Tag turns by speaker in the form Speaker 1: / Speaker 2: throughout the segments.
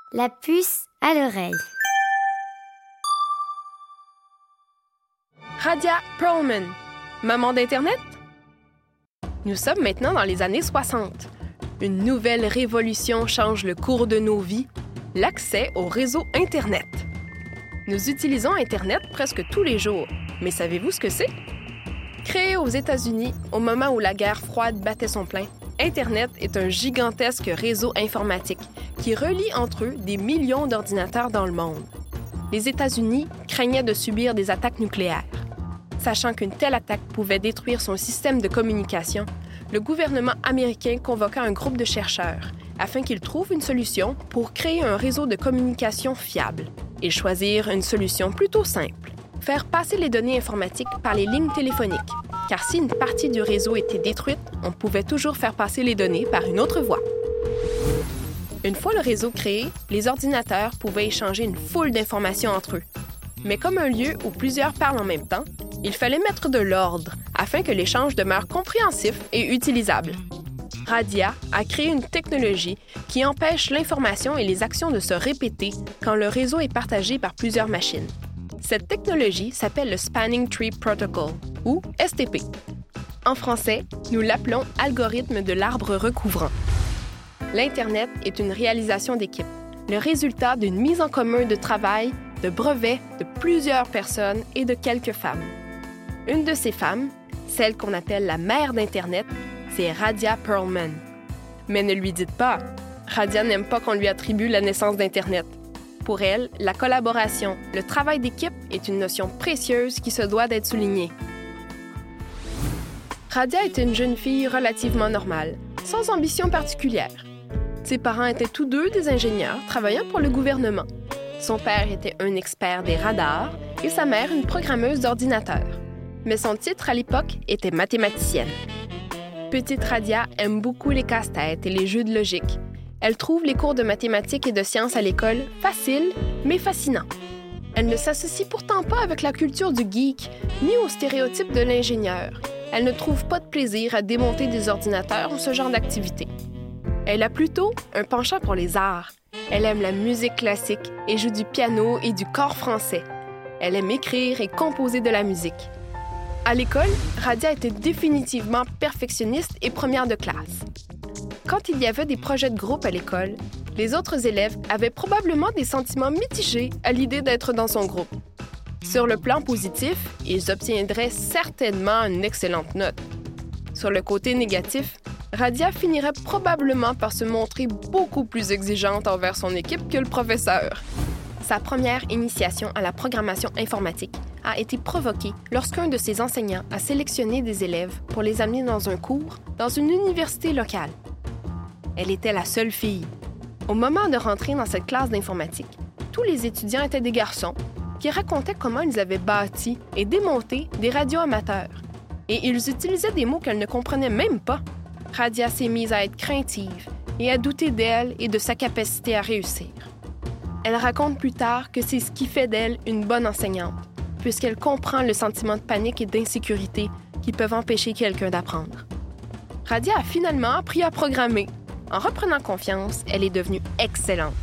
Speaker 1: La puce à l'oreille.
Speaker 2: Radia Perlman, maman d'Internet? Nous sommes maintenant dans les années 60. Une nouvelle révolution change le cours de nos vies, l'accès au réseau Internet. Nous utilisons Internet presque tous les jours, mais savez-vous ce que c'est? Créé aux États-Unis au moment où la guerre froide battait son plein, Internet est un gigantesque réseau informatique qui relie entre eux des millions d'ordinateurs dans le monde. Les États-Unis craignaient de subir des attaques nucléaires. Sachant qu'une telle attaque pouvait détruire son système de communication, le gouvernement américain convoqua un groupe de chercheurs afin qu'ils trouvent une solution pour créer un réseau de communication fiable. Ils choisirent une solution plutôt simple: faire passer les données informatiques par les lignes téléphoniques, car si une partie du réseau était détruite, on pouvait toujours faire passer les données par une autre voie. Une fois le réseau créé, les ordinateurs pouvaient échanger une foule d'informations entre eux. Mais comme un lieu où plusieurs parlent en même temps, il fallait mettre de l'ordre afin que l'échange demeure compréhensif et utilisable. Radia a créé une technologie qui empêche l'information et les actions de se répéter quand le réseau est partagé par plusieurs machines. Cette technologie s'appelle le Spanning Tree Protocol, ou STP. En français, nous l'appelons algorithme de l'arbre recouvrant. L'Internet est une réalisation d'équipe, le résultat d'une mise en commun de travail, de brevets de plusieurs personnes et de quelques femmes. Une de ces femmes, celle qu'on appelle la mère d'Internet, c'est Radia Perlman. Mais ne lui dites pas, Radia n'aime pas qu'on lui attribue la naissance d'Internet. Pour elle, la collaboration, le travail d'équipe est une notion précieuse qui se doit d'être soulignée. Radia était une jeune fille relativement normale, sans ambition particulière. Ses parents étaient tous deux des ingénieurs travaillant pour le gouvernement. Son père était un expert des radars et sa mère une programmeuse d'ordinateurs. Mais son titre à l'époque était mathématicienne. Petite Radia aime beaucoup les casse-têtes et les jeux de logique. Elle trouve les cours de mathématiques et de sciences à l'école faciles, mais fascinants. Elle ne s'associe pourtant pas avec la culture du geek, ni aux stéréotypes de l'ingénieur. Elle ne trouve pas de plaisir à démonter des ordinateurs ou ce genre d'activité. Elle a plutôt un penchant pour les arts. Elle aime la musique classique et joue du piano et du cor français. Elle aime écrire et composer de la musique. À l'école, Radia était définitivement perfectionniste et première de classe. Quand il y avait des projets de groupe à l'école, les autres élèves avaient probablement des sentiments mitigés à l'idée d'être dans son groupe. Sur le plan positif, ils obtiendraient certainement une excellente note. Sur le côté négatif, Radia finirait probablement par se montrer beaucoup plus exigeante envers son équipe que le professeur. Sa première initiation à la programmation informatique a été provoquée lorsqu'un de ses enseignants a sélectionné des élèves pour les amener dans un cours dans une université locale. Elle était la seule fille. Au moment de rentrer dans cette classe d'informatique, tous les étudiants étaient des garçons qui racontaient comment ils avaient bâti et démonté des radios amateurs. Et ils utilisaient des mots qu'elle ne comprenait même pas. Radia s'est mise à être craintive et à douter d'elle et de sa capacité à réussir. Elle raconte plus tard que c'est ce qui fait d'elle une bonne enseignante, puisqu'elle comprend le sentiment de panique et d'insécurité qui peuvent empêcher quelqu'un d'apprendre. Radia a finalement appris à programmer. En reprenant confiance, elle est devenue excellente.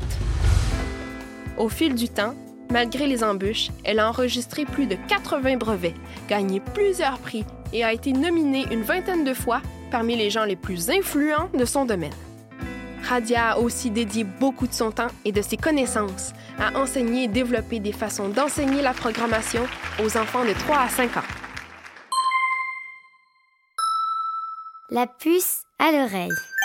Speaker 2: Au fil du temps, malgré les embûches, elle a enregistré plus de 80 brevets, gagné plusieurs prix et a été nominée une vingtaine de fois parmi les gens les plus influents de son domaine. Radia a aussi dédié beaucoup de son temps et de ses connaissances à enseigner et développer des façons d'enseigner la programmation aux enfants de 3 à 5 ans.
Speaker 1: La puce à l'oreille.